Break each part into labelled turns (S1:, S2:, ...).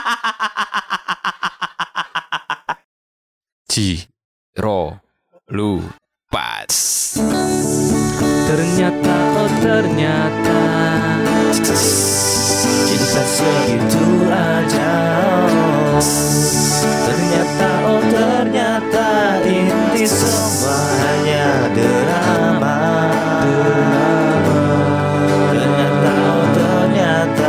S1: Cirolupas.
S2: Ternyata, oh ternyata cinta segitu aja. Ternyata, oh ternyata ini semua hanya drama. Ternyata, oh ternyata,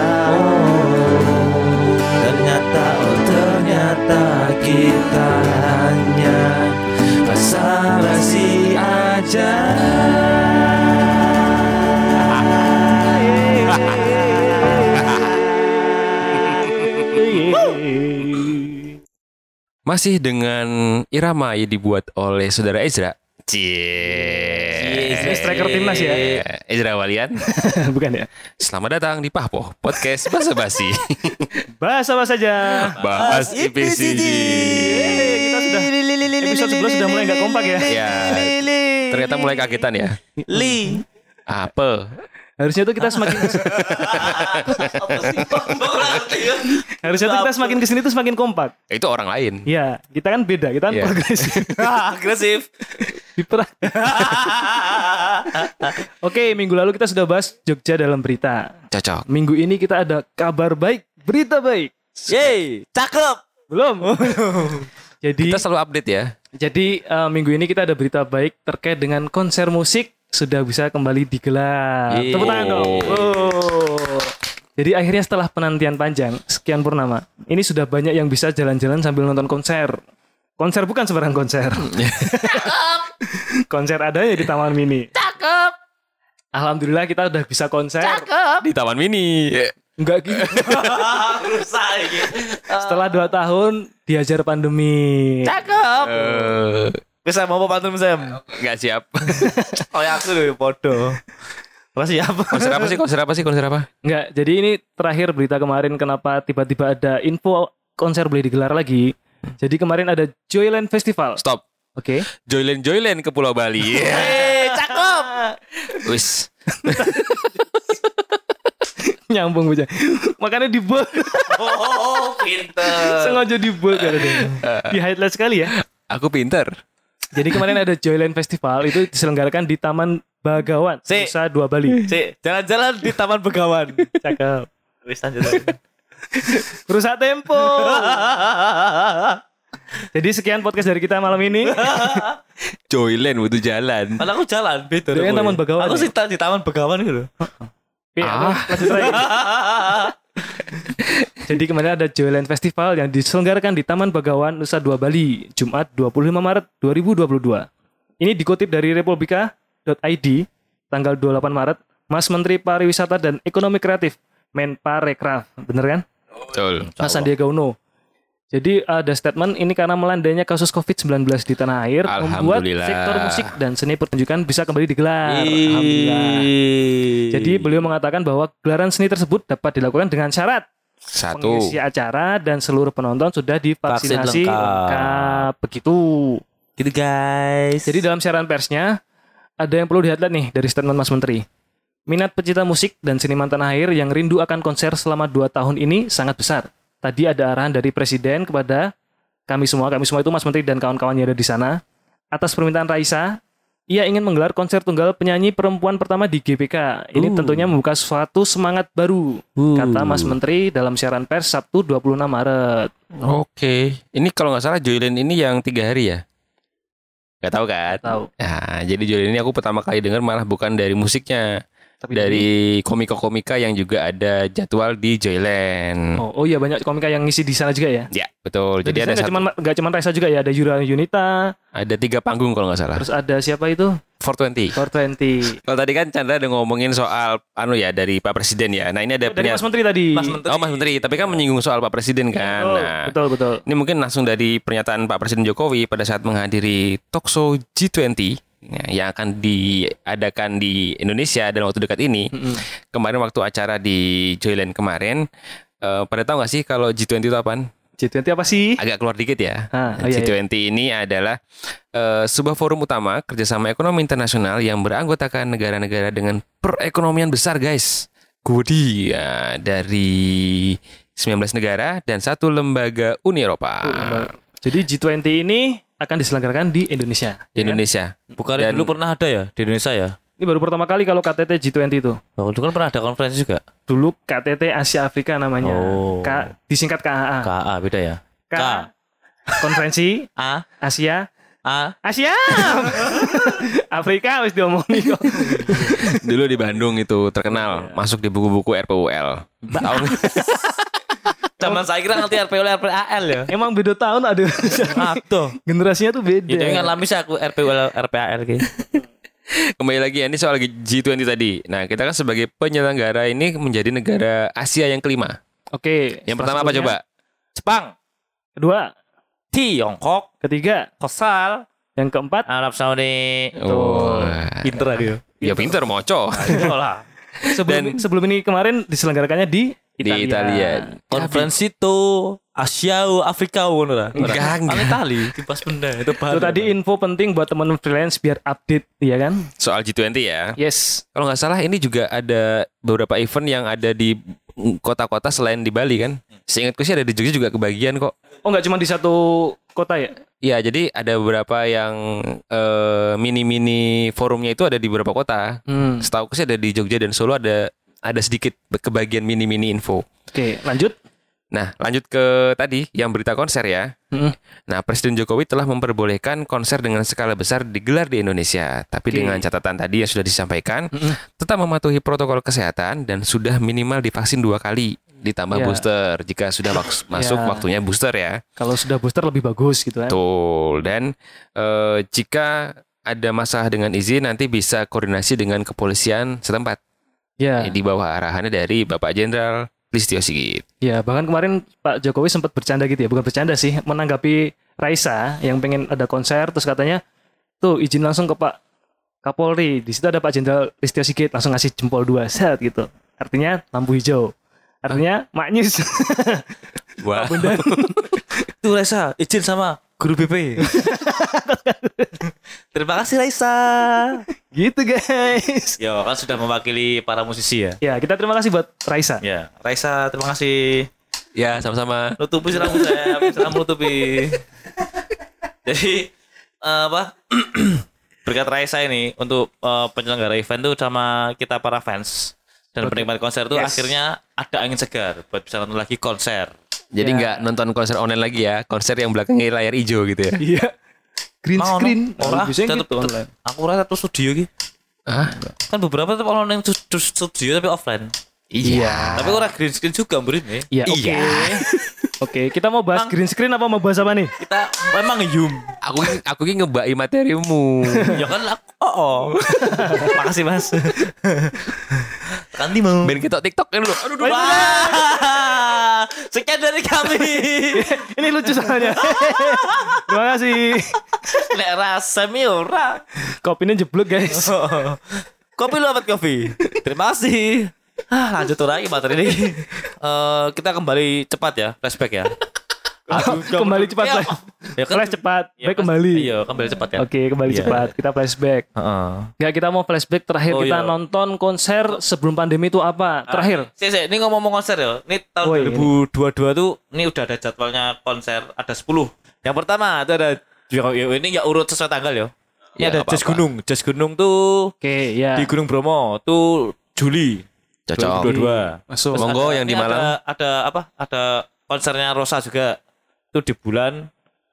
S2: ternyata, oh ternyata kita hanya basa-basi aja.
S1: Masih dengan irama yang dibuat oleh saudara Ezra.
S2: Ini striker timnas ya?
S1: Ezra Walian.
S2: Bukan ya?
S1: Selamat datang di Pahpoh Podcast Basa Basi.
S2: Bahasa saja.
S1: Bahas IPCD.
S2: Kita sudah episode 11 sudah mulai nggak kompak ya?
S1: Ya, ternyata mulai kagetan ya. Apa?
S2: Harusnya tuh kita semakin harusnya tuh kita semakin kesini tuh semakin kompak.
S1: Itu orang lain.
S2: Iya, kita kan beda, kita kan
S1: Iya.
S2: progresif.
S3: Agresif.
S2: Oke, minggu lalu kita sudah bahas Jogja dalam berita.
S1: Cocok.
S2: Minggu ini kita ada kabar baik, berita baik.
S3: Yeay, cakep.
S2: Belum. Jadi
S1: Kita selalu update ya.
S2: Jadi minggu ini kita ada berita baik terkait dengan konser musik sudah bisa kembali digelar.
S3: Yeay.
S2: Tepuk tangan dong. Oh. Jadi akhirnya setelah penantian panjang, sekian purnama, ini sudah banyak yang bisa jalan-jalan sambil nonton konser. Konser bukan sembarang konser. Konser adanya di Taman Mini.
S3: Cakep.
S2: Alhamdulillah kita udah bisa konser.
S1: Di Taman Mini.
S2: Enggak gitu.
S3: Rusak lagi.
S2: Setelah 2 tahun diajar pandemi.
S3: Cakep. Bisa mau pantun Sam?
S1: Gak siap.
S3: Oh ya aku dulu podo. Apa sih apa?
S1: Konser apa?
S2: Enggak, jadi ini terakhir berita kemarin kenapa tiba-tiba ada info konser boleh digelar lagi. Jadi kemarin ada Joyland Festival.
S1: Stop.
S2: Oke.
S1: Joyland ke Pulau Bali.
S3: Cakep.
S1: Wis.
S2: Nyambung aja. Makanya di bold.
S3: Oh, pinter.
S2: Sengaja di bold kan ada. Di highlight sekali ya.
S1: Aku pinter.
S2: Jadi kemarin ada Joyland Festival itu diselenggarakan di Taman Bagawan,
S3: Si.
S2: Nusa Dua Bali.
S3: Cik, jalan-jalan di Taman Begawan.
S2: Cakep.
S3: Wis lanjut.
S2: Rusak tempo. Jadi sekian podcast dari kita malam ini.
S1: Joyland butuh jalan.
S3: Kan aku jalan beda.
S2: Dia kan Taman Begawan
S3: Aku
S2: ya?
S3: sih di Taman Begawan gitu.
S2: Lanjut lagi. Jadi kemarin ada Joyland Festival yang diselenggarakan di Taman Bagawan, Nusa Dua Bali, Jumat 25 Maret 2022. Ini dikutip dari republika.id, tanggal 28 Maret, Mas Menteri Pariwisata dan Ekonomi Kreatif, Menparekraf, bener kan?
S1: Betul.
S2: Mas Sandiaga Uno. Jadi ada statement ini karena melandainya kasus COVID-19 di tanah air, membuat
S1: Alhamdulillah.
S2: sektor musik dan seni pertunjukan bisa kembali digelar. Alhamdulillah. Jadi beliau mengatakan bahwa gelaran seni tersebut dapat dilakukan dengan syarat
S1: Satu.
S2: pengisi acara dan seluruh penonton sudah divaksinasi
S3: Vaksin lengkap.
S2: lengkap. Begitu.
S3: gitu guys.
S2: Jadi dalam siaran persnya ada yang perlu di-highlight nih dari statement Mas Menteri. Minat pecinta musik dan seniman tanah air yang rindu akan konser selama 2 tahun ini sangat besar. Tadi ada arahan dari Presiden kepada kami semua itu Mas Menteri dan kawan-kawannya ada di sana. Atas permintaan Raisa, ia ingin menggelar konser tunggal penyanyi perempuan pertama di GBK. Ini tentunya membuka suatu semangat baru, kata Mas Menteri dalam siaran pers Sabtu 26 Maret.
S1: Oke. Ini kalau nggak salah Joyland ini yang 3 hari ya? Gak tahu kan?
S2: Tahu.
S1: Nah, jadi Joyland ini aku pertama kali dengar malah bukan dari musiknya.
S2: Tapi
S1: Dari komika-komika yang juga ada jadwal di Joyland.
S2: Oh iya, banyak komika yang ngisi di sana juga ya.
S1: Ya, betul.
S2: Jadi
S1: Jadi ada
S2: nggak cuma Raisa juga ya, ada Yura Yunita,
S1: ada 3 panggung kalau nggak salah.
S2: terus ada siapa itu?
S1: 420.
S2: 420.
S1: Kalau tadi kan Chandra ada ngomongin soal dari Pak Presiden ya. Nah, ini ada
S2: Dari Mas Menteri tadi.
S1: Oh, Mas Menteri, tapi kan menyinggung soal Pak Presiden kan.
S2: Oh,
S1: Nah,
S2: betul.
S1: ini mungkin langsung dari pernyataan Pak Presiden Jokowi pada saat menghadiri talkshow G20 yang akan diadakan di Indonesia dalam waktu dekat ini. Kemarin waktu acara di Joyland kemarin, pada tahu nggak sih kalau G20 itu apaan?
S2: G20 apa sih?
S1: Agak keluar dikit ya.
S2: Iya.
S1: G20 ini adalah sebuah forum utama kerjasama ekonomi internasional yang beranggotakan negara-negara dengan perekonomian besar, guys. Kemudian dari 19 negara, dan 1 lembaga Uni Eropa.
S2: Jadi G20 ini akan diselenggarakan di Indonesia.
S1: Di Indonesia.
S3: Bukannya
S1: Dan-
S3: dulu pernah ada ya di Indonesia ya?
S2: Ini baru pertama kali kalau KTT G20 itu.
S3: Oh, dulu kan pernah ada konferensi juga.
S2: Dulu KTT Asia Afrika namanya.
S3: Oh.
S2: Disingkat KAA.
S3: KA beda ya.
S2: Konferensi
S3: A
S2: Asia
S3: A
S2: Asia Afrika harus diomongin kok.
S1: Dulu di Bandung itu terkenal, masuk di buku-buku RPUL. Tahun
S3: zaman saya kira ngerti RPUL RPAL ya.
S2: Emang beda tahun ada.
S3: Aduh.
S2: Generasinya tuh beda.
S3: Jadi kan lamis aku RPUL RPAL gitu.
S1: Kembali lagi ya, ini soal G20 tadi. Nah, kita kan sebagai penyelenggara ini menjadi negara Asia yang kelima.
S2: Oke.
S1: Yang pertama apa coba?
S3: Jepang,
S2: Kedua,
S3: Tiongkok,
S2: ketiga,
S3: Korsel,
S2: yang keempat.
S3: Arab Saudi.
S1: Oh,
S3: Pinter dia.
S1: ya pinter moco.
S3: lah.
S2: Sebelum ini kemarin diselenggarakannya di
S1: Di Italia.
S3: Konferensi itu Asia Afrika ngono lah.
S1: Enggak.
S3: Itali, kipas benda itu
S2: Itu tadi info penting buat teman freelance biar update, ya kan?
S1: Soal G20 ya.
S2: Yes.
S1: Kalau nggak salah ini juga ada beberapa event yang ada di kota-kota selain di Bali kan. Seingatku sih ada di Jogja juga kebagian kok.
S2: Oh, nggak cuma di satu kota ya?
S1: Ya, jadi ada beberapa yang mini-mini forumnya itu ada di beberapa kota. Setahu sih ada di Jogja dan Solo ada sedikit kebagian mini-mini info.
S2: Oke, lanjut.
S1: Nah, lanjut ke tadi yang berita konser ya. Nah, Presiden Jokowi telah memperbolehkan konser dengan skala besar digelar di Indonesia. Tapi
S2: Oke.
S1: dengan catatan tadi yang sudah disampaikan, tetap mematuhi protokol kesehatan dan sudah minimal divaksin 2 kali. Ditambah
S2: Ya.
S1: booster jika sudah masuk
S2: Ya.
S1: waktunya booster ya.
S2: Kalau sudah booster lebih bagus gitu kan?
S1: Betul. Dan jika ada masalah dengan izin, nanti bisa koordinasi dengan kepolisian setempat.
S2: Ya.
S1: Di bawah arahannya dari Bapak Jenderal Listio Sigit.
S2: Ya, bahkan kemarin Pak Jokowi sempat bercanda gitu ya, bukan bercanda sih, menanggapi Raisa yang pengen ada konser, terus katanya, tuh izin langsung ke Pak Kapolri, di situ ada Pak Jenderal Listio Sigit, langsung ngasih jempol 2 set gitu. Artinya lampu hijau. Artinya maknyus.
S1: Wah.
S3: Tuh Raisa, izin sama guru BP. Terima kasih Raisa.
S2: Gitu guys.
S3: Yo, kan sudah mewakili para musisi ya.
S2: Ya, kita terima kasih buat Raisa.
S3: Ya, Raisa terima kasih.
S1: Ya, sama-sama.
S3: Nutupi rambut saya, bisa menutupi. Jadi apa? Berkat Raisa ini untuk penyelenggara event tuh sama kita para fans dan penikmat konser tuh
S2: Yes.
S3: akhirnya ada angin segar buat bisa nonton lagi konser.
S1: Jadi
S2: Ya.
S1: nggak nonton konser online lagi ya, konser yang belakangnya layar hijau gitu ya.
S2: Iya. Green
S3: Mau,
S2: screen.
S3: ora,
S2: Biasanya
S3: tetep-
S2: gitu online.
S3: Aku rasa tuh studio gitu.
S1: Hah?
S3: Kan beberapa tuh kalau yang studio tapi offline.
S2: Iya.
S3: Tapi orang green screen juga mburi nih.
S2: Iya, oke.
S1: Iya.
S2: Oke, kita mau bahas green screen apa mau bahas apa nih?
S3: Kita memang yum.
S1: Aku ini ngebai materimu.
S3: Ya kan aku. Oh. Makasih Mas. Nanti mau.
S1: Ben kita TikTok kan lu. Aduh,
S3: Wah. Sekian dari kami.
S2: Ini lucu soalnya. Terima kasih.
S3: Lek rasa mi ora.
S2: Kopinya jeblok guys.
S3: Kopi lu apa kopi? Terima kasih. Lanjut lagi materi ini. Kita kembali cepat ya, flashback ya.
S2: Kembali cepat
S3: Ya,
S2: flash.
S3: ya kan-
S2: Flash cepat,
S3: Ya,
S2: baik kembali.
S3: Iya, kembali cepat ya.
S2: Oke, kembali
S3: Iya.
S2: cepat. Kita flashback.
S3: Heeh.
S2: Nggak, kita mau flashback terakhir
S3: Oh,
S2: kita
S3: iya.
S2: nonton konser sebelum pandemi itu apa? Terakhir.
S3: Ini ngomong konser ya. Ini tahun
S2: Oh, iya.
S3: 2022 tuh ini udah ada jadwalnya konser ada 10. Yang pertama itu ada ini ya urut sesuai tanggal ya. Ini
S1: Ya,
S3: ada
S1: nggak
S3: Jazz
S1: apa-apa.
S3: Gunung. Jazz Gunung tuh
S2: Oke, ya.
S3: di Gunung Bromo tuh Juli
S1: Cocok.
S3: 2022.
S2: Masuk.
S3: Terus
S1: Monggo
S3: ada-
S1: yang di
S3: ini
S1: Malang.
S3: Ada apa? Ada konsernya Rosa juga. Itu di bulan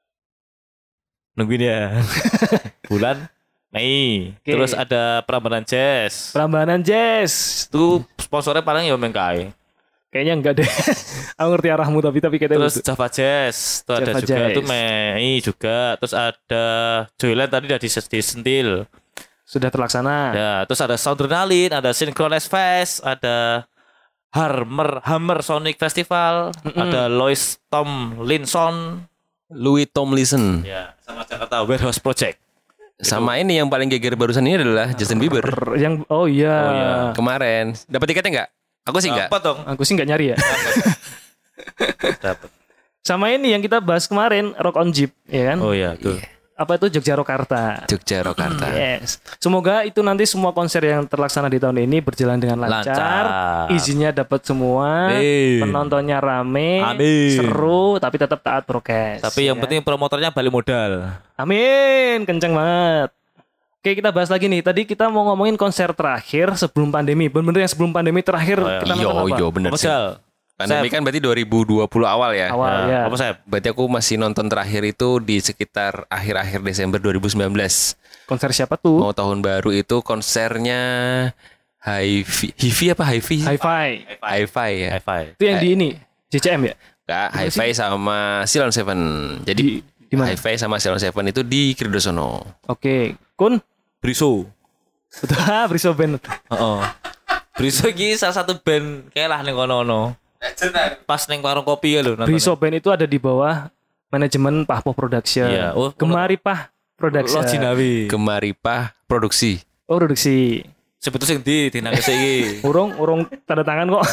S3: nungguin ya. bulan Mei.
S2: Oke.
S3: Terus ada Prambanan Jazz.
S2: Prambanan Jazz.
S3: Itu sponsornya paling ya Mengkai.
S2: Kayaknya enggak deh. Aku ngerti arahmu tapi kayaknya
S3: Terus
S2: lucu.
S3: Java Jazz itu ada
S2: Java
S3: juga.
S2: Jazz.
S3: Itu Mei juga. Terus ada Joyland tadi udah di Sentil.
S2: Sudah terlaksana.
S3: Ya, terus ada Soundrenalin, ada Synchronize Fest, ada Hammer Sonic Festival, ada Lois Tomlinson,
S1: Louis Tomlinson.
S3: ya, sama Jakarta Warehouse Project.
S1: Sama ini yang paling geger barusan ini adalah Justin Bieber.
S2: Yang oh iya.
S3: Oh, iya.
S1: Kemarin. Dapat tiketnya enggak? Aku sih enggak.
S3: Apa dong?
S2: Aku sih nggak nyari ya.
S3: Dapat.
S2: Sama ini yang kita bahas kemarin Rock on Jeep, ya kan?
S3: Oh iya, tuh.
S2: apa itu Yogyakarta.
S1: Yogyakarta.
S2: Yes. Semoga itu nanti semua konser yang terlaksana di tahun ini berjalan dengan lancar. Izinnya dapat semua.
S3: Amin.
S2: Penontonnya rame,
S3: Amin.
S2: seru, tapi tetap taat prokes.
S3: Tapi yang penting promotornya balik modal.
S2: Amin, kenceng banget. Oke, kita bahas lagi nih. Tadi kita mau ngomongin konser terakhir sebelum pandemi. Bener-bener yang sebelum pandemi terakhir kita nonton apa?
S1: Yo bener sih.
S3: Modal.
S1: Pandemi kan berarti 2020 awal ya.
S2: Awal ya.
S3: Apa Sep?
S1: Berarti aku masih nonton terakhir itu di sekitar akhir-akhir Desember 2019.
S2: Konser siapa tuh?
S1: Mau tahun baru itu konsernya Hi-Fi apa Hi-Fi?
S2: Hi-Fi.
S1: Hi-Fi ya.
S3: Hi-Fi.
S2: Itu yang di ini, JCM ya?
S1: Enggak, Hi-Fi sama Silon Seven. Jadi
S2: Di mana?
S1: Hi-Fi sama Silon Seven itu di Kirdosono.
S2: Oke, Kun.
S3: Briso.
S2: Betul, Briso Band.
S3: Heeh. Briso iki salah satu band kayak lah ning kono-kono. Pas ning warung kopi ya lho nontonnya.
S2: Briso Band itu ada di bawah manajemen Pahpo Production.
S3: Iya. Oh,
S2: Gemari Pah Production.
S3: Lo Jinawi.
S1: Gemaripah Produksi.
S2: Oh, produksi.
S3: Sebetulnya sing di nangis iki.
S2: Urung tanda tangan kok.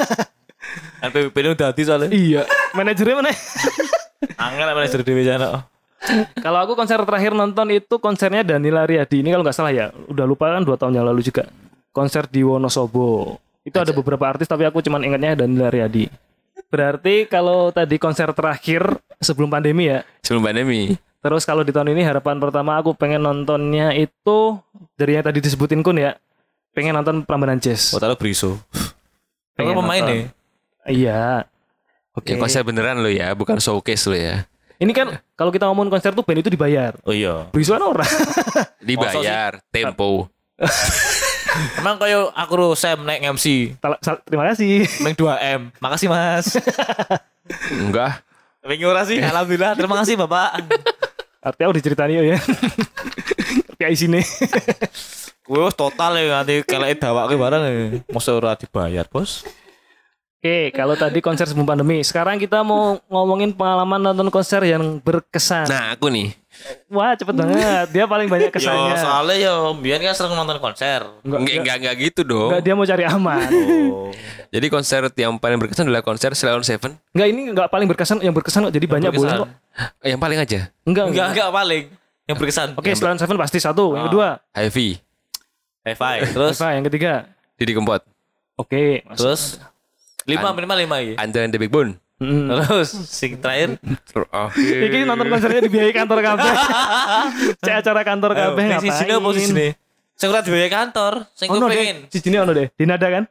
S3: Kan PPP nu dadi soalnya.
S2: Iya. Manajernya mana?
S3: Angel manajer dhewe jana.
S2: Kalau aku konser terakhir nonton itu konsernya Danila Riyadi. Ini kalau nggak salah ya. Udah lupa kan 2 tahun yang lalu juga. Konser di Wonosobo. Itu ada beberapa artis tapi aku cuman ingatnya Danila Riyadi. Berarti kalau tadi konser terakhir sebelum pandemi ya.
S1: Sebelum pandemi.
S2: Terus kalau di tahun ini harapan pertama aku pengen nontonnya itu dari yang tadi disebutin Kun ya. Pengen nonton Prambanan Jazz.
S3: Oh, tahu Briso.
S2: Pengen
S3: Pengen pemain
S2: nonton.
S3: nih.
S2: Iya. Oke.
S1: Ya konser beneran lo ya, bukan showcase lo ya.
S2: Ini kan kalau kita ngomongin konser tuh band itu dibayar.
S3: Oh iya.
S2: Briso kan orang.
S1: Dibayar, tempo.
S3: Emang kayak aku ro Sam naik MC
S2: Terima kasih.
S3: neng 2M. Makasih Mas.
S1: Enggak.
S3: Tapi ora sih. Alhamdulillah. Terima kasih Bapak.
S2: Artinya udah diceritain ya. Kayak sini.
S3: Gue total ya nanti kelek dawake barang ya. Mosok ora dibayar, Bos.
S2: Oke, kalau tadi konser sebelum pandemi, sekarang kita mau ngomongin pengalaman nonton konser yang berkesan.
S1: Nah, aku nih.
S2: Wah, cepet banget. Dia paling banyak kesannya.
S3: Yo, soalnya yo Bian kan sering nonton konser.
S1: Enggak gitu dong.
S2: Enggak, dia mau cari aman.
S3: Oh.
S1: Jadi konser yang paling berkesan adalah konser Silon Seven.
S2: Enggak, ini enggak paling berkesan, yang berkesan kok. Jadi banyak boleh kok.
S1: Yang paling aja.
S2: Enggak.
S3: paling yang berkesan.
S2: Oke, Silon Seven pasti satu. Yang kedua,
S1: Hi-Fi.
S3: Hi-Fi. Terus
S2: apa? Yang ketiga.
S1: Didi Kempot.
S2: Oke,
S3: terus 5 minimal 5 iki.
S1: Andra and the Backbone.
S3: Terus sing terakhir
S2: Iki nonton konsernya dibiayai kantor kabeh. Cek acara kantor kabeh
S3: di
S2: ngapain?
S3: sini apa sini? Sing ora dibayar kantor, sing
S2: Ono deh,
S3: kepengin.
S2: sini ono deh. Di Nada kan?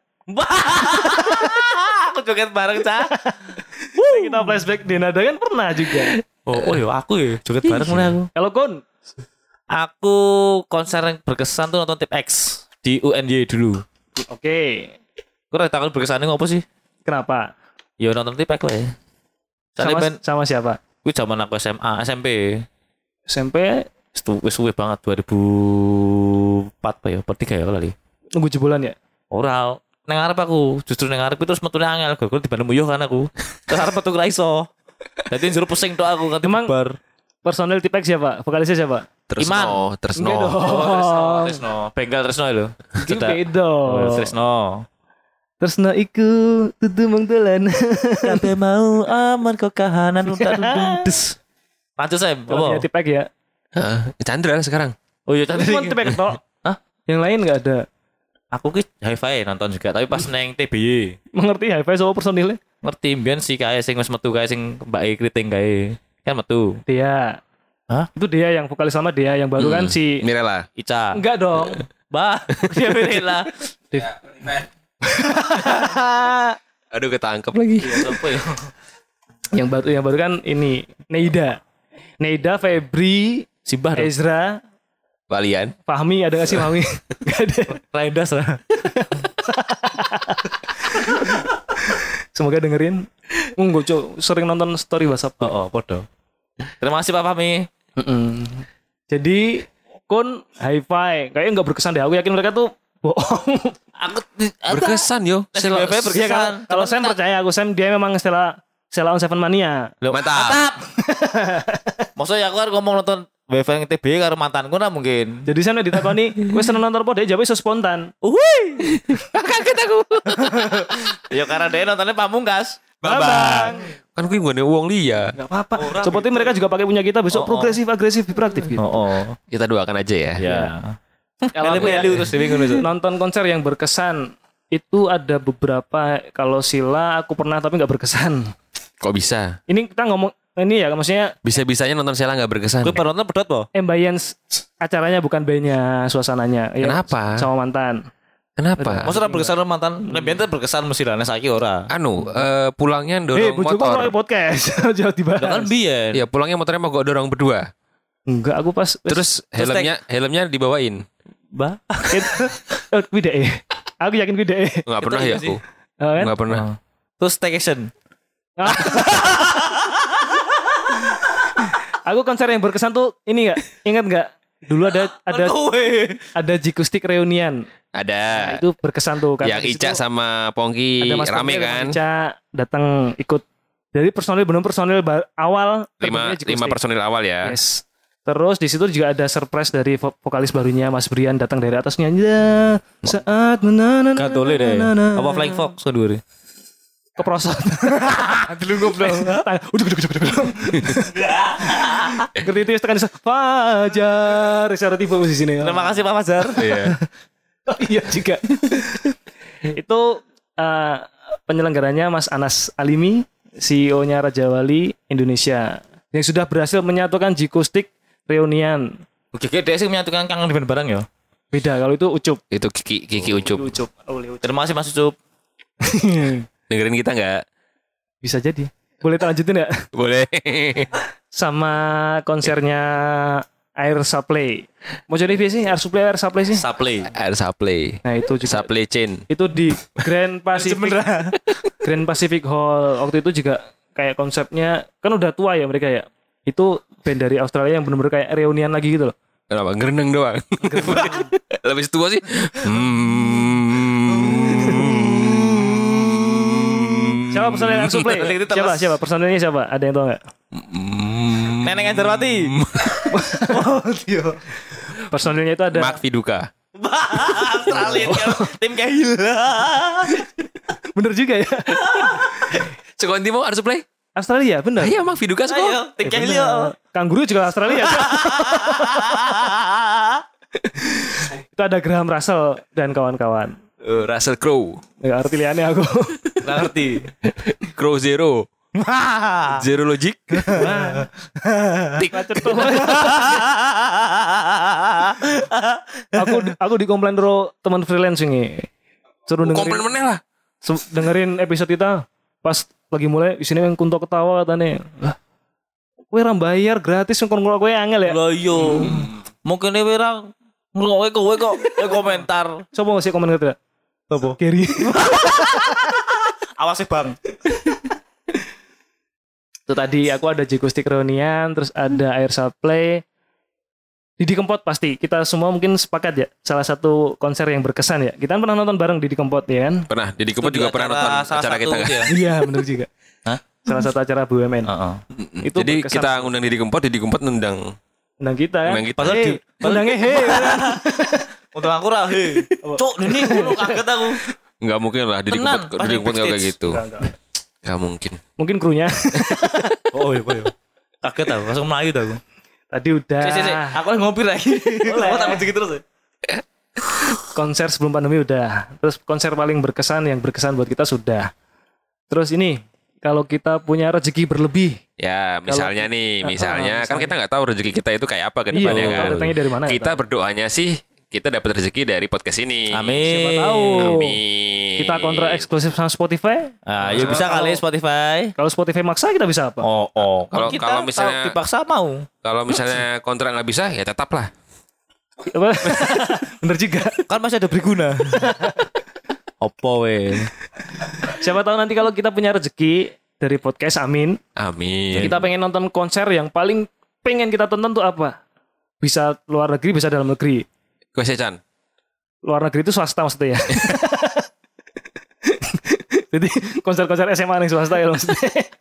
S3: Aku joget bareng Cah.
S2: Kita flashback di Nada kan pernah juga.
S3: Oh ya aku ya joget bareng mulai aku.
S2: Kalau Kun,
S3: Aku konser yang berkesan tuh nonton Tip X di UNY dulu.
S2: oke.
S3: Kok ora takon berkesannya ngopo sih?
S2: Kenapa?
S3: Ya nonton Tip X lah. Soalnya
S2: Sama siapa?
S3: Gue zaman aku SMA, SMP.
S2: SMP
S3: Wis suwe banget 2004 apa ya? Per 3 ya kali.
S2: nunggu jebolan ya?
S3: Ora, nang arep aku, justru nang arep terus metune angel, gara-gara dibanding muyuh kan aku. Terus arep metu ra iso. Dadi njero pusing tok aku kan
S2: Emang
S3: bar.
S2: personel Tipex siapa? Vokalisnya siapa?
S1: Tresno.
S2: Enggak dong.
S3: Tresno. Bengkel Tresno lho.
S2: Itu beda.
S3: Tresno.
S2: Tresno iku tutu mengdolan.
S3: Kabeh mau aman kok kahanan unta des. Lanjut Sam,
S2: Kalau
S3: apa?
S2: Tipex ya.
S1: Chandra sekarang.
S3: Oh iya tadi.
S2: Cuma Tipex tok.
S3: Hah?
S2: Yang lain enggak ada.
S3: Aku ki hi-fi nonton juga, tapi pas neng TBY.
S2: Mengerti hi-fi sama personilnya?
S3: Ngerti mbiyen si kae sing wis metu kae sing Mbak E Kriting kae. Kan metu.
S2: Dia.
S3: Hah?
S2: Itu dia yang vokalis sama dia, yang baru kan si
S1: Mirella.
S3: Ica.
S2: enggak dong.
S3: Bah, dia bela.
S1: Aduh ketangkep lagi.
S3: Sopo ya?
S2: yang baru kan ini Neida, Febri,
S3: Simbah dong.
S2: Ezra,
S1: Walian.
S2: Fahmi, ada gak sih Fahmi? Gak ada.
S3: Rendas lah.
S2: Semoga dengerin. Enggak, sering nonton story WhatsApp.
S3: Oh, podo. Terima kasih Pak Fahmi.
S2: Jadi Kun hi-fi kayaknya nggak berkesan deh. Aku yakin mereka tuh bohong.
S3: Aku
S1: Berkesan yo.
S3: Sela
S2: Iya kan? Kalau Sam percaya aku, Sam dia memang Stella on Seven Mania.
S1: Mantap.
S3: Maksudnya aku kan ngomong nonton WFN TB karo mantanku lah mungkin.
S2: Jadi Sam ditakoni, "Kowe seneng nonton apa?" Dia jawab iso spontan.
S3: Kaget aku. Ya karena dia nontonnya Pamungkas.
S2: Bambang.
S1: Kan gue gak ada uang dia.
S2: Gak apa-apa. Seperti mereka juga pakai punya kita besok progresif, agresif, hiperaktif gitu.
S1: Kita doakan aja ya.
S3: Ya.
S2: Kalau aku ya,
S3: terus
S2: nonton konser yang berkesan itu ada beberapa. Kalau Sila aku pernah tapi nggak berkesan.
S1: Kok bisa?
S2: Ini kita ngomong ini ya, maksudnya
S1: Bisa-bisanya nonton Sheila gak berkesan.
S3: Gue pernah nonton pedot po.
S2: ambience acaranya bukan bandnya, suasananya. Ya,
S1: Kenapa?
S2: sama mantan.
S1: Kenapa?
S3: Maksudnya berkesan mantan. Lebih berkesan mesti lah. Saiki ora.
S1: Pulangnya dorong
S2: bojoku
S1: motor.
S2: kalau podcast jauh dibahas.
S3: Kan biyen.
S1: Iya, pulangnya motornya mau gue dorong berdua.
S2: Enggak, aku pas
S1: Terus helmnya dibawain.
S3: Bah.
S2: Kuwi deh. Aku yakin kuwi deh.
S1: Enggak pernah ya aku.
S2: Kan?
S1: Enggak pernah.
S3: Terus staycation.
S2: Aku konser yang berkesan tuh ini enggak? Ingat enggak? Dulu ada Jikustik reunian.
S1: Ada.
S2: Nah, itu berkesan tuh kan.
S1: Yang Ica sama Pongki
S2: ada Mas
S1: rame
S2: Pongki,
S1: kan?
S2: Mas Ica datang ikut. Dari personil awal
S1: 5 personil awal ya.
S2: Yes. Terus di situ juga ada surprise dari vokalis barunya Mas Brian datang dari atas nyanyi saat menanam.
S3: Katole deh. Apa Flying Fox kedua.
S2: Keprosot. Dulu goblok. Ngerti itu tekan Fajar. Secara tiba di sini.
S3: Terima kasih Pak Fajar.
S1: Iya.
S2: Iya juga. Itu penyelenggaranya Mas Anas Alimi, CEO-nya Raja Wali Indonesia, yang sudah berhasil menyatukan Jikustik reunian.
S3: Oke, dia sih menyatukan kangen band bareng ya.
S2: Beda kalau itu Ucup.
S1: Itu Kiki Ucup.
S2: Ucup.
S3: Terima kasih Mas Ucup.
S1: Dengerin kita nggak?
S2: Bisa jadi. Boleh lanjutin ya?
S1: Boleh.
S2: Sama konsernya Air Supply. Mau jadi apa sih? Air Supply sih?
S1: Air Supply.
S2: Nah itu juga.
S1: Supply Chain.
S2: Itu di Grand Pacific. Grand Pacific Hall. Waktu itu juga kayak konsepnya kan udah tua ya mereka ya. Itu band dari Australia yang benar-benar kayak reunian lagi gitu loh.
S1: Kenapa? Ngereneng doang. Lebih tua sih.
S2: Siapa personil Air Supply? Siapa personilnya siapa? Ada yang tahu nggak?
S3: Neneng Anjarwati.
S2: Personilnya itu ada
S1: Mark Viduka.
S3: Australia tim Kahil.
S2: Bener juga ya.
S1: Sekon Timo Air Supply?
S2: Australia, bener.
S1: Iya, Mark Viduka sekon.
S3: Ayo, tim Kahil yo.
S2: Kangguru juga Australia. Itu ada Graham Russell dan kawan-kawan.
S1: Russell Crowe.
S2: Nggak ngerti liannya aku.
S3: Nggak ngerti.
S1: Crow Zero. Zero Logic. Tik.
S2: Aku dikomplain dulu teman freelance ini. Suruh
S1: Komplain meneh lah.
S2: dengerin episode kita pas lagi mulai di sini yang kunto ketawa katanya. Lah, kowe ra bayar gratis kon ngono kowe angel ya.
S3: Lah yo. Mungkin dhewe ra ngrungokke kowe kok komentar.
S2: Sopo sih komen kata?
S3: Apa?
S2: Gary.
S3: Awas Bang.
S2: Itu tadi aku ada Jikustik reunian, terus ada Air Supply. Didi Kempot pasti. Kita semua mungkin sepakat ya. Salah satu konser yang berkesan ya. Kita kan pernah nonton bareng Didi Kempot ya kan?
S1: Pernah. Didi Kempot juga pernah nonton acara kita kan?
S2: Iya benar juga.
S3: Hah?
S2: Salah satu acara BUMN. Itu
S1: jadi
S2: berkesan.
S1: kita ngundang Didi Kempot
S2: Undang kita kan?
S1: Undang kita.
S2: Undangnya
S3: Untuk aku ra he. Cuk, ini ngono kaget aku.
S1: Enggak mungkin lah Didi Kempot enggak kayak gitu. Enggak mungkin.
S2: Mungkin krunya.
S3: Oh iya. Kaget aku, langsung melayu aku.
S2: Tadi udah.
S3: Aku lagi ngopi lagi.
S2: Boleh.
S3: Aku tak begitu terus.
S2: Konser sebelum pandemi udah. Terus konser paling berkesan yang berkesan buat kita sudah. Terus ini kalau kita punya rezeki berlebih.
S1: Ya, misalnya kan kita nggak tahu rezeki kita itu kayak apa ke depannya kan.
S2: Datangnya dari mana?
S1: Kita berdoanya sih kita dapat rezeki dari podcast ini.
S3: Amin.
S2: Siapa tahu.
S1: Amin.
S2: Kita kontrak eksklusif sama Spotify.
S3: Ah, ya bisa kali Spotify.
S2: Kalau Spotify maksa kita bisa apa?
S3: Oh.
S1: Kalau misalnya
S3: dipaksa mau.
S1: Kalau misalnya kontrak nggak bisa ya tetaplah.
S2: Bener juga.
S3: Kan masih ada berguna. Opo we.
S2: Siapa tahu nanti kalau kita punya rezeki dari podcast, amin.
S1: Amin.
S2: Kita pengen nonton konser yang paling pengen kita tonton tuh apa? Bisa luar negeri, bisa dalam negeri.
S1: Chan.
S2: Luar negeri itu swasta maksudnya ya. Jadi konser-konser SMA yang swasta ya maksudnya.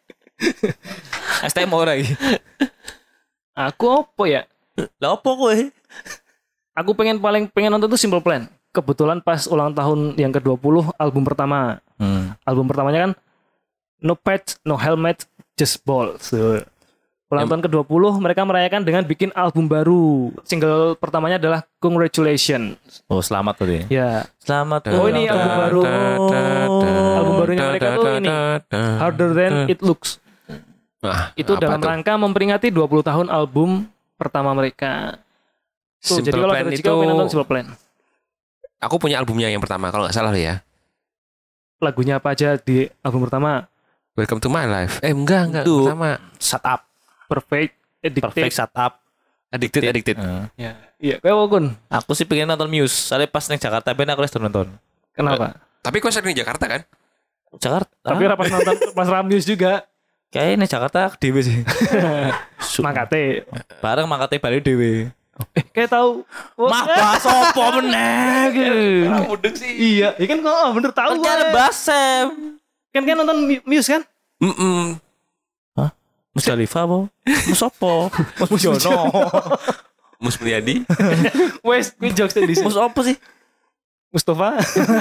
S3: STM ora iki.
S2: Aku apa ya?
S3: Lah opo kowe?
S2: Aku pengen nonton tuh Simple Plan. Kebetulan pas ulang tahun yang ke-20 album pertama. Album pertamanya kan No Patch, No Helmet, Just Balls. Ulang tahun ke-20 mereka merayakan dengan bikin album baru. Single pertamanya adalah Congratulations.
S3: Oh, selamat tadi.
S2: Ya.
S3: Selamat.
S2: Oh, ini album baru. Album barunya mereka tuh ini Harder Than It Looks.
S1: Nah,
S2: Itu
S1: apa
S2: dalam
S1: tuh?
S2: rangka memperingati 20 tahun album pertama mereka. Tuh, jadi
S1: Simple
S2: kalau
S1: Plan
S2: ada
S1: itu
S2: juga pengen nonton Simple Plan.
S1: aku punya albumnya yang pertama kalau nggak salah loh ya.
S2: Lagunya apa aja di album pertama?
S1: Welcome to My Life. Enggak
S3: Itu.
S1: pertama.
S3: Shut up.
S2: Perfect, Addicted.
S3: Perfect shut up.
S1: Addicted.
S2: Ya. Iya, kayak Wakun.
S3: Aku sih pengen nonton Muse. Soalnya pas neng Jakarta ben aku harus nonton.
S2: Kenapa?
S1: Tapi konser di Jakarta kan?
S3: Jakarta.
S2: Tapi pas nonton pas Ramius juga.
S3: Kayaknya neng Jakarta dewe sih.
S2: Makate.
S3: Bareng makate balik dewe.
S2: Kayak tahu.
S3: Mah bahas opo meneh iki.
S1: Mudeng sih.
S2: Iya, ya kan kok bener tahu.
S3: Kan ada Basem.
S2: Kan nonton Muse kan?
S3: Hah? Musdalifah apa? Mus opo? Mus Jono.
S1: Mus Mulyadi.
S2: Wes, kuwi jokes di sini.
S3: Mus opo sih?
S2: Mustafa.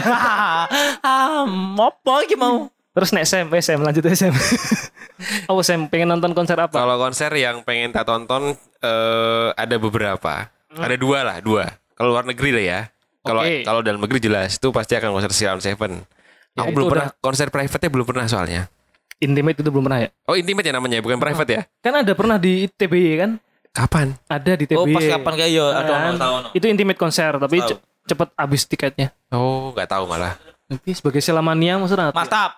S3: Opo iki mau?
S2: Terus nek Sam lanjut Sam. Oh, Sam pengen nonton konser apa?
S1: Kalau konser yang pengen tak tonton ada beberapa. Ada dua. Kalau luar negeri lah ya. Kalau
S2: Oke.
S1: kalau dalam negeri jelas itu pasti akan konser Sheila on Seven.
S2: Ya,
S1: Aku
S2: itu
S1: belum
S2: udah.
S1: pernah konser private-nya belum pernah soalnya.
S2: Intimate itu belum pernah ya?
S1: Oh, Intimate ya namanya, bukan private ya?
S2: Kan ada pernah di TBY kan?
S1: Kapan?
S2: Ada di TBY.
S3: Oh, pas kapan kayak yo ada
S2: Kan?
S3: tahun.
S2: Itu intimate konser tapi
S3: Tahu.
S2: cepet habis tiketnya.
S1: Oh, nggak tahu malah.
S2: Tapi sebagai selamania maksudnya.
S3: Mantap.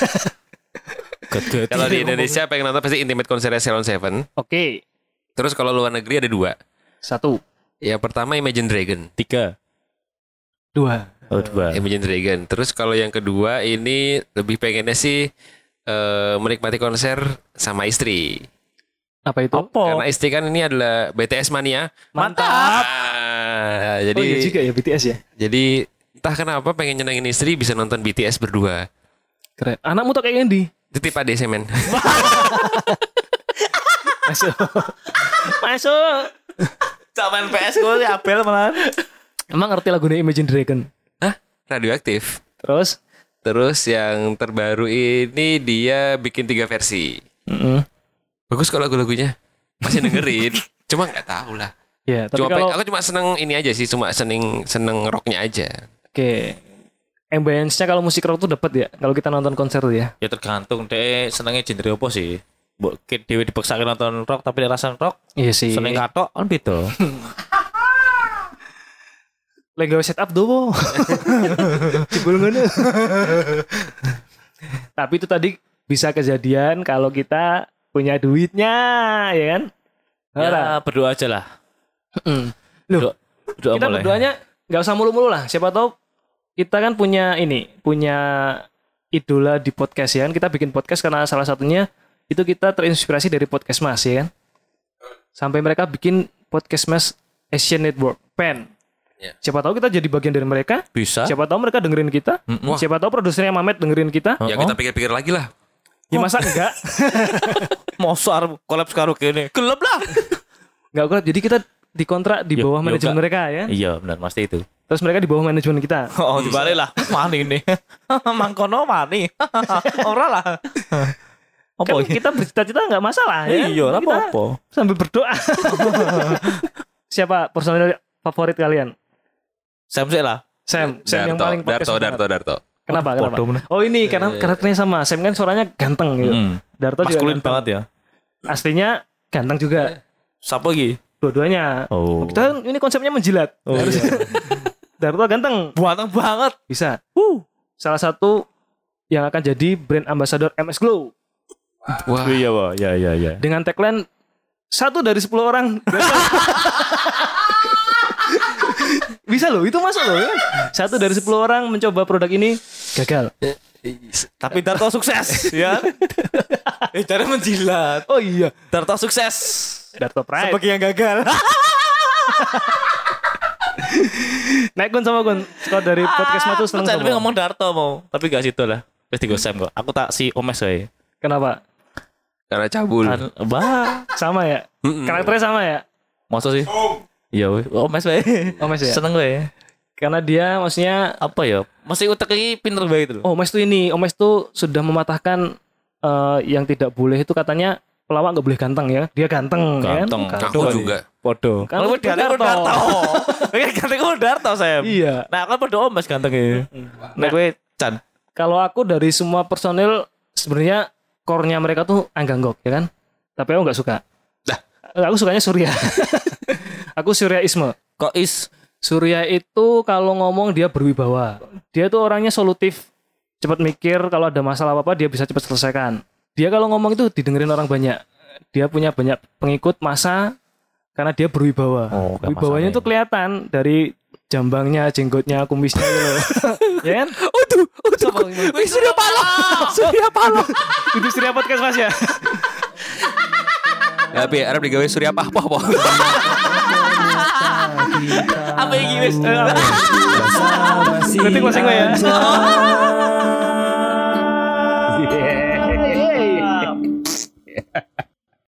S3: Gede.
S1: Kalau di Indonesia pengen nonton pasti Intimate konsernya Sheila on Seven.
S2: Oke,
S1: Terus kalau luar negeri ada dua.
S2: 1,
S1: Yang pertama Imagine Dragon.
S3: 3.
S2: 2.
S3: Oh, 2.
S1: Imagine Dragon. Terus kalau yang kedua ini lebih pengennya sih menikmati konser sama istri.
S2: Apa itu?
S3: Apa?
S1: Karena istri kan ini adalah BTS mania.
S3: Mantap.
S1: Jadi
S2: Oh iya juga ya BTS ya.
S1: jadi entah kenapa pengen nyenengin istri bisa nonton BTS berdua.
S2: Keren. Anakmu tuh kayak Andy.
S1: Titip ade semen.
S2: Masuk. Masuk.
S3: Zaman PS gue si Abel malah.
S2: Emang ngerti lagunya Imagine Dragon?
S1: Hah? Radioaktif.
S2: Terus?
S1: Terus yang terbaru ini dia bikin 3 versi. Bagus kok lagu-lagunya. Masih dengerin. Cuma nggak tahu lah.
S2: Ya, tapi
S1: Cuma
S2: kalau
S1: aku cuma seneng ini aja sih, cuma seneng rocknya aja.
S2: oke. Ambience-nya kalau musik rock tuh dapat ya kalau kita nonton konser tuh ya.
S3: Ya tergantung deh senengnya genre apa sih. Mbok dhewe dipaksa nonton rock tapi dia rasa rock.
S2: Iya sih.
S3: Seneng katok kan beda.
S2: Lagi gawe setup dowo. Cibul ngono. Tapi itu tadi bisa kejadian kalau kita punya duitnya, ya kan?
S3: Ya berdoa aja lah.
S2: Loh,
S3: Berdoa
S2: kita
S3: mulai.
S2: berdoanya nggak usah mulu-mulu lah. Siapa tahu kita kan punya idola di podcast ya kan. Kita bikin podcast karena salah satunya itu kita terinspirasi dari podcast Mas ya kan. Sampai mereka bikin podcast Mas Asian Network Pen.
S1: Ya.
S2: Siapa tahu kita jadi bagian dari mereka.
S3: Bisa.
S2: Siapa tahu mereka dengerin kita.
S1: Wah.
S2: Siapa tahu produsernya Mamet dengerin kita.
S1: Ya kita pikir-pikir lagi lah.
S2: Ya masa enggak?
S3: Mosar collab karo kene. Gelap lah.
S2: Enggak kok. Jadi kita dikontrak di
S3: Yo,
S2: bawah
S3: yo,
S2: manajemen
S3: enggak.
S2: mereka ya.
S3: Iya benar pasti itu.
S2: Terus mereka di bawah manajemen kita.
S3: Oh dibalik lah. Mani ini. Mangkono mani. Ora lah. Apa
S2: Kan
S3: iki?
S2: kita bercita-cita enggak masalah ya.
S3: Iya, ora
S2: Kita
S3: apa-apa.
S2: sambil berdoa. Siapa personil favorit kalian?
S3: Sam sih lah.
S2: Sam yang paling podcast banget.
S1: Darto.
S2: Kenapa?
S3: Bodoh
S2: Kenapa?
S3: meneh.
S2: Oh ini karena karakternya sama. Sam kan suaranya ganteng gitu. Darto juga
S3: Maskulin
S2: ganteng.
S3: banget ya.
S2: Aslinya ganteng juga.
S3: Siapa lagi?
S2: Dua-duanya.
S3: Oh.
S2: Kita kan ini konsepnya menjilat.
S3: Oh,
S2: Harus-
S3: iya.
S2: Darto ganteng.
S3: Buatan banget.
S2: Bisa. Salah satu yang akan jadi brand ambassador MS Glow
S1: Wah.
S3: Iya, Wah. Ya.
S2: dengan tagline 1 dari 10 orang. Bisa loh, itu masuk loh kan. 1 dari 10 orang mencoba produk ini gagal.
S3: Tapi Darto sukses, ya. Cara menjilat.
S2: Oh iya,
S3: Darto sukses.
S2: Darto Pride.
S3: Sebagai yang gagal.
S2: Naik Gun sama Gun. Skor dari podcast Matu seneng
S3: Tapi
S2: sama.
S3: ngomong Darto mau, tapi gak situ lah. Wis digo Sam kok. Aku tak si Omes wae.
S2: Kenapa?
S1: Karena cabul.
S3: Bah,
S2: Sama ya? Karakternya sama ya?
S3: masa sih? Iya weh. Omes wae.
S2: Omes ya?
S3: Seneng wae.
S2: Karena dia maksudnya
S3: Apa ya? Masih utek iki pinter banget itu.
S2: Omes tuh ini, Omes tuh sudah mematahkan yang tidak boleh itu katanya pelawak nggak boleh ganteng ya. Dia ganteng,
S3: Ganteng.
S2: ya kan?
S1: Aku juga.
S3: Podo.
S2: Kan
S3: Kalau ganteng Darto. Kayak ganteng Darto saya.
S2: Iya.
S3: Nah, kan podo Mas ganteng ya. Nah, gue Chan.
S2: Kalau aku dari semua personil sebenarnya core-nya mereka tuh Angganggok ya kan. Tapi aku nggak suka. Aku sukanya Surya. Aku Suryaisme.
S3: Kok is
S2: Surya itu kalau ngomong dia berwibawa. Dia tuh orangnya solutif, cepat mikir, kalau ada masalah apa-apa dia bisa cepat selesaikan. Dia kalau ngomong itu didengerin orang banyak. Dia punya banyak pengikut massa karena dia berwibawa. Wibawanya tuh kelihatan dari jambangnya, jenggotnya, kumisnya gitu. Ya kan?
S3: Aduh. Wih, Surya Paloh.
S2: Itu Surya Podcast Mas ya.
S1: Tapi Arab digawe Surya apa?
S3: Apa yang guys?
S2: Berarti closing gue ya.
S4: Yeah.